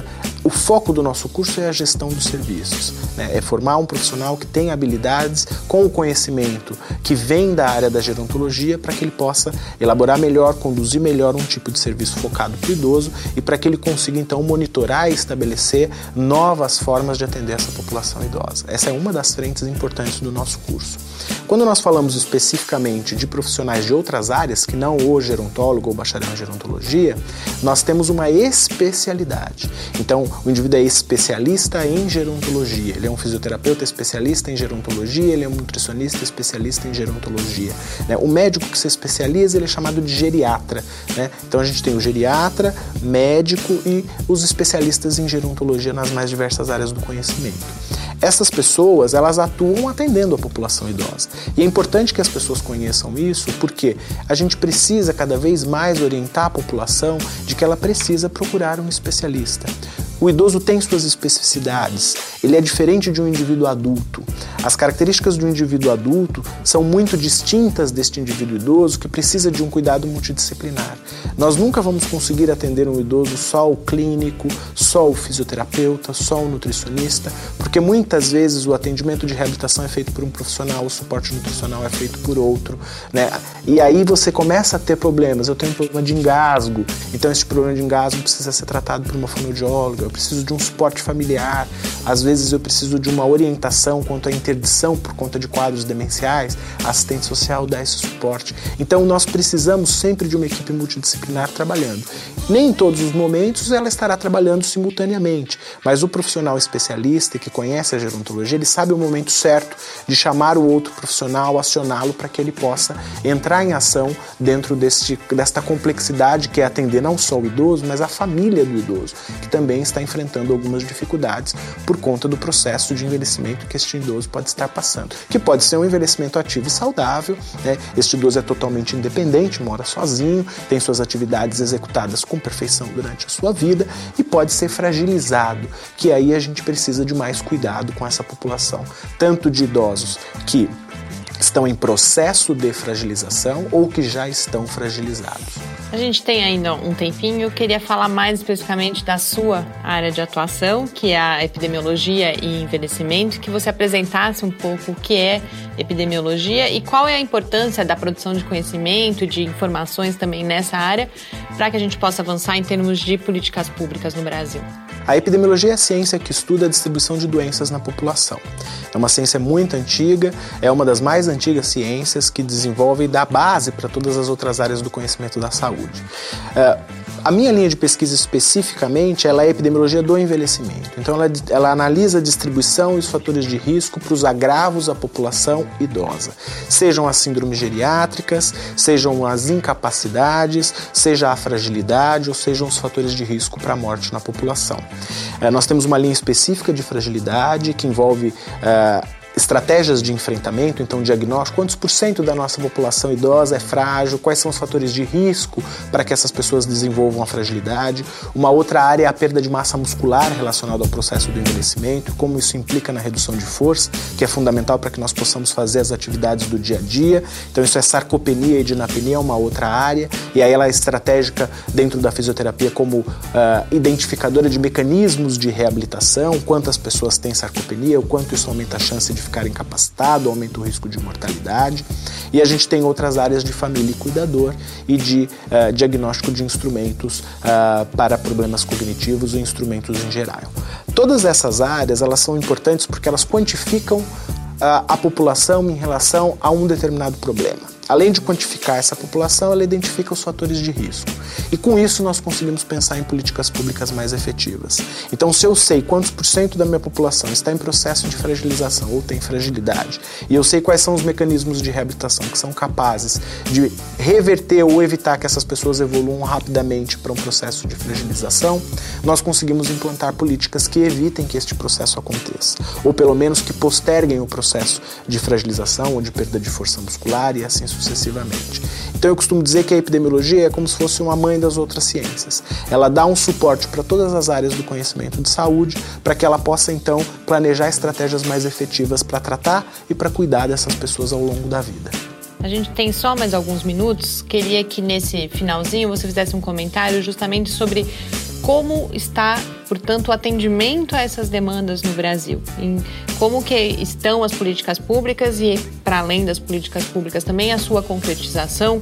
o foco do nosso curso é a gestão dos serviços, né? É formar um profissional que tem habilidades com o conhecimento que vem da área da gerontologia para que ele possa elaborar melhor, conduzir melhor um tipo de serviço focado para o idoso e para que ele consiga então monitorar e estabelecer novas formas de atender essa população idosa. Essa é uma das frentes importantes do nosso curso. Quando nós falamos especificamente de profissionais de outras áreas, que não o gerontólogo ou bacharel em gerontologia, nós temos uma especialidade. Então, o indivíduo é especialista em gerontologia, ele é um fisioterapeuta especialista em gerontologia, ele é um nutricionista especialista em gerontologia, né? O médico que se especializa, ele é chamado de geriatra, né? Então, a gente tem o geriatra, médico e os especialistas em gerontologia nas mais diversas áreas do conhecimento. Essas pessoas, elas atuam atendendo a população idosa. E é importante que as pessoas conheçam isso, porque a gente precisa cada vez mais orientar a população de que ela precisa procurar um especialista. O idoso tem suas especificidades, ele é diferente de um indivíduo adulto. As características do indivíduo adulto são muito distintas deste indivíduo idoso que precisa de um cuidado multidisciplinar. Nós nunca vamos conseguir atender um idoso só o clínico, só o fisioterapeuta, só o nutricionista, porque muitas vezes o atendimento de reabilitação é feito por um profissional, o suporte nutricional é feito por outro, né? E aí você começa a ter problemas. Eu tenho um problema de engasgo, então esse problema de engasgo precisa ser tratado por uma fonoaudióloga. Eu preciso de um suporte familiar, às vezes eu preciso de uma orientação quanto à interdição por conta de quadros demenciais, a assistente social dá esse suporte. Então nós precisamos sempre de uma equipe multidisciplinar trabalhando. Nem em todos os momentos ela estará trabalhando simultaneamente, mas o profissional especialista que conhece a gerontologia, ele sabe o momento certo de chamar o outro profissional, acioná-lo para que ele possa entrar em ação dentro desta complexidade que é atender não só o idoso, mas a família do idoso, que também está enfrentando algumas dificuldades por conta do processo de envelhecimento que este idoso pode estar passando, que pode ser um envelhecimento ativo e saudável, né? Este idoso é totalmente independente, mora sozinho, tem suas atividades executadas com perfeição durante a sua vida e pode ser fragilizado, que aí a gente precisa de mais cuidado com essa população, tanto de idosos que estão em processo de fragilização ou que já estão fragilizados. A gente tem ainda um tempinho, eu queria falar mais especificamente da sua área de atuação, que é a epidemiologia e envelhecimento, que você apresentasse um pouco o que é epidemiologia e qual é a importância da produção de conhecimento, de informações também nessa área, para que a gente possa avançar em termos de políticas públicas no Brasil. A epidemiologia é a ciência que estuda a distribuição de doenças na população. É uma ciência muito antiga, é uma das mais antigas ciências que desenvolve e dá base para todas as outras áreas do conhecimento da saúde. A minha linha de pesquisa especificamente ela é a epidemiologia do envelhecimento. Então ela analisa a distribuição e os fatores de risco para os agravos à população idosa. Sejam as síndromes geriátricas, sejam as incapacidades, seja a fragilidade ou sejam os fatores de risco para a morte na população. Nós temos uma linha específica de fragilidade que envolve estratégias de enfrentamento, então diagnóstico, quantos % da nossa população idosa é frágil, quais são os fatores de risco para que essas pessoas desenvolvam a fragilidade. Uma outra área é a perda de massa muscular relacionada ao processo do envelhecimento, como isso implica na redução de força, que é fundamental para que nós possamos fazer as atividades do dia a dia. Então isso é sarcopenia e dinapenia, é uma outra área, e aí ela é estratégica dentro da fisioterapia como identificadora de mecanismos de reabilitação, quantas pessoas têm sarcopenia, o quanto isso aumenta a chance de ficar incapacitado, aumenta o risco de mortalidade. E a gente tem outras áreas de família e cuidador e de diagnóstico de instrumentos para problemas cognitivos e instrumentos em geral. Todas essas áreas elas são importantes porque elas quantificam a população em relação a um determinado problema. Além de quantificar essa população, ela identifica os fatores de risco. E com isso nós conseguimos pensar em políticas públicas mais efetivas. Então, se eu sei quantos % da minha população está em processo de fragilização ou tem fragilidade, e eu sei quais são os mecanismos de reabilitação que são capazes de reverter ou evitar que essas pessoas evoluam rapidamente para um processo de fragilização, nós conseguimos implantar políticas que evitem que este processo aconteça, ou pelo menos que posterguem o processo de fragilização ou de perda de força muscular e assim sucessivamente. Então eu costumo dizer que a epidemiologia é como se fosse uma mãe das outras ciências. Ela dá um suporte para todas as áreas do conhecimento de saúde para que ela possa então planejar estratégias mais efetivas para tratar e para cuidar dessas pessoas ao longo da vida. A gente tem só mais alguns minutos. Queria que nesse finalzinho você fizesse um comentário justamente sobre como está, portanto, o atendimento a essas demandas no Brasil? Em como que estão as políticas públicas e, para além das políticas públicas, também a sua concretização?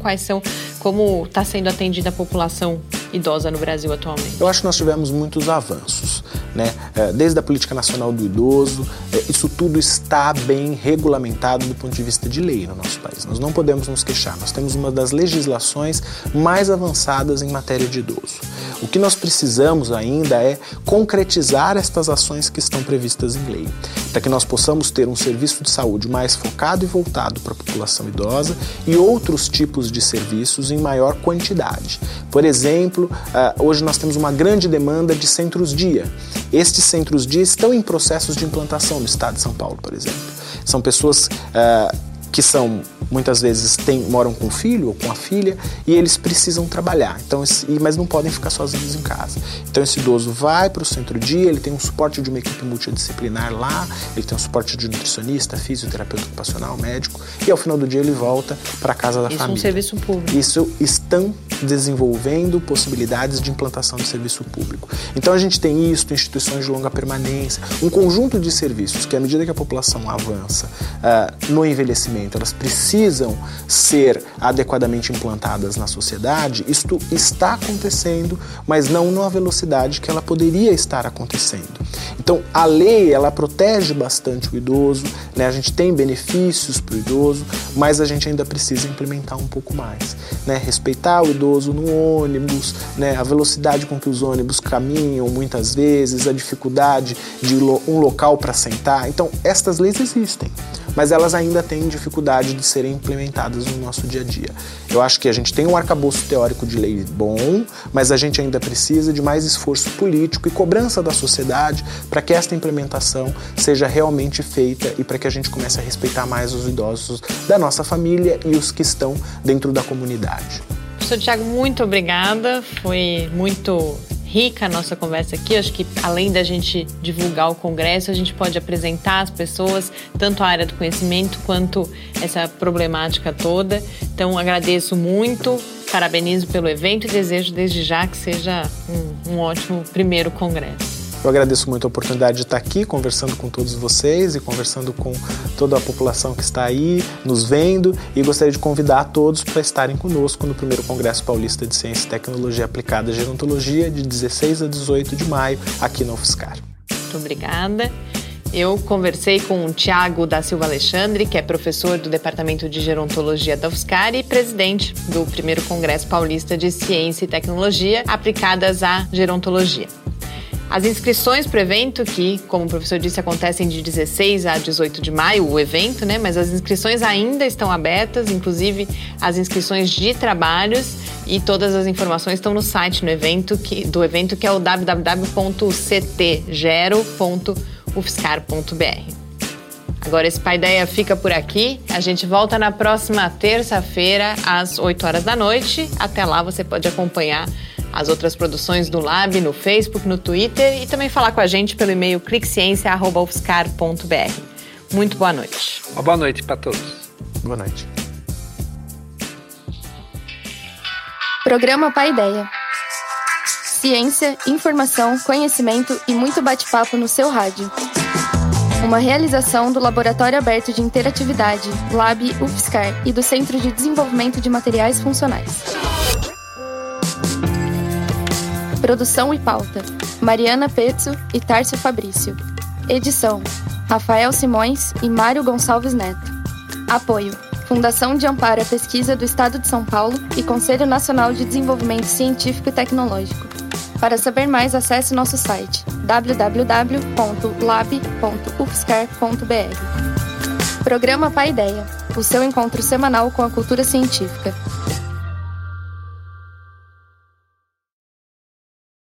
Como está sendo atendida a população idosa no Brasil atualmente? Eu acho que nós tivemos muitos avanços, né? Desde a Política Nacional do Idoso, isso tudo está bem regulamentado do ponto de vista de lei no nosso país. Nós não podemos nos queixar. Nós temos uma das legislações mais avançadas em matéria de idoso. O que nós precisamos ainda é concretizar estas ações que estão previstas em lei, para que nós possamos ter um serviço de saúde mais focado e voltado para a população idosa e outros tipos de serviços em maior quantidade. Por exemplo, hoje nós temos uma grande demanda de centros-dia. Estes centros-dia estão em processos de implantação no estado de São Paulo, por exemplo. São pessoas que muitas vezes moram com o filho ou com a filha e eles precisam trabalhar, mas não podem ficar sozinhos em casa. Então esse idoso vai para o centro-dia, ele tem um suporte de uma equipe multidisciplinar lá, ele tem um suporte de nutricionista, fisioterapeuta ocupacional, médico, e ao final do dia ele volta para a casa da família. Isso é um serviço público. Isso estão desenvolvendo possibilidades de implantação de serviço público. Então a gente tem instituições de longa permanência, um conjunto de serviços que à medida que a população avança no envelhecimento, elas precisam ser adequadamente implantadas na sociedade. Isto está acontecendo, mas não na velocidade que ela poderia estar acontecendo. Então, a lei, ela protege bastante o idoso, né? A gente tem benefícios para o idoso, mas a gente ainda precisa implementar um pouco mais, né? Respeitar o idoso no ônibus, né? A velocidade com que os ônibus caminham muitas vezes, a dificuldade de um local para sentar. Então, estas leis existem, mas elas ainda têm dificuldade de serem implementadas no nosso dia a dia. Eu acho que a gente tem um arcabouço teórico de lei bom, mas a gente ainda precisa de mais esforço político e cobrança da sociedade para que esta implementação seja realmente feita e para que a gente comece a respeitar mais os idosos da nossa família e os que estão dentro da comunidade. Professor Tiago, muito obrigada. Foi muito rica a nossa conversa aqui. Acho que além da gente divulgar o congresso, a gente pode apresentar às pessoas tanto a área do conhecimento quanto essa problemática toda. Então agradeço muito, parabenizo pelo evento e desejo desde já que seja um ótimo primeiro congresso. Eu agradeço muito a oportunidade de estar aqui conversando com todos vocês e conversando com toda a população que está aí nos vendo, e gostaria de convidar a todos para estarem conosco no primeiro Congresso Paulista de Ciência e Tecnologia Aplicada à Gerontologia, de 16 a 18 de maio, aqui na UFSCar. Muito obrigada. Eu conversei com o Tiago da Silva Alexandre, que é professor do Departamento de Gerontologia da UFSCar e presidente do primeiro Congresso Paulista de Ciência e Tecnologia Aplicadas à Gerontologia. As inscrições para o evento, que, como o professor disse, acontecem de 16 a 18 de maio, o evento, né? Mas as inscrições ainda estão abertas, inclusive as inscrições de trabalhos, e todas as informações estão no site do evento, que é o www.ctgero.ufscar.br. Agora esse Paideia fica por aqui. A gente volta na próxima terça-feira, às 8 horas da noite. Até lá você pode acompanhar as outras produções do Lab no Facebook, no Twitter e também falar com a gente pelo e-mail cliqueciência@ufscar.br. Muito boa noite. Uma boa noite para todos. Boa noite. Programa Paideia. Ciência, informação, conhecimento e muito bate-papo no seu rádio. Uma realização do Laboratório Aberto de Interatividade, Lab UFSCar, e do Centro de Desenvolvimento de Materiais Funcionais. Produção e pauta: Mariana Pezzo e Tárcio Fabrício. Edição: Rafael Simões e Mário Gonçalves Neto. Apoio: Fundação de Amparo à Pesquisa do Estado de São Paulo e Conselho Nacional de Desenvolvimento Científico e Tecnológico. Para saber mais, acesse nosso site www.lab.ufscar.br. Programa Paideia, o seu encontro semanal com a cultura científica.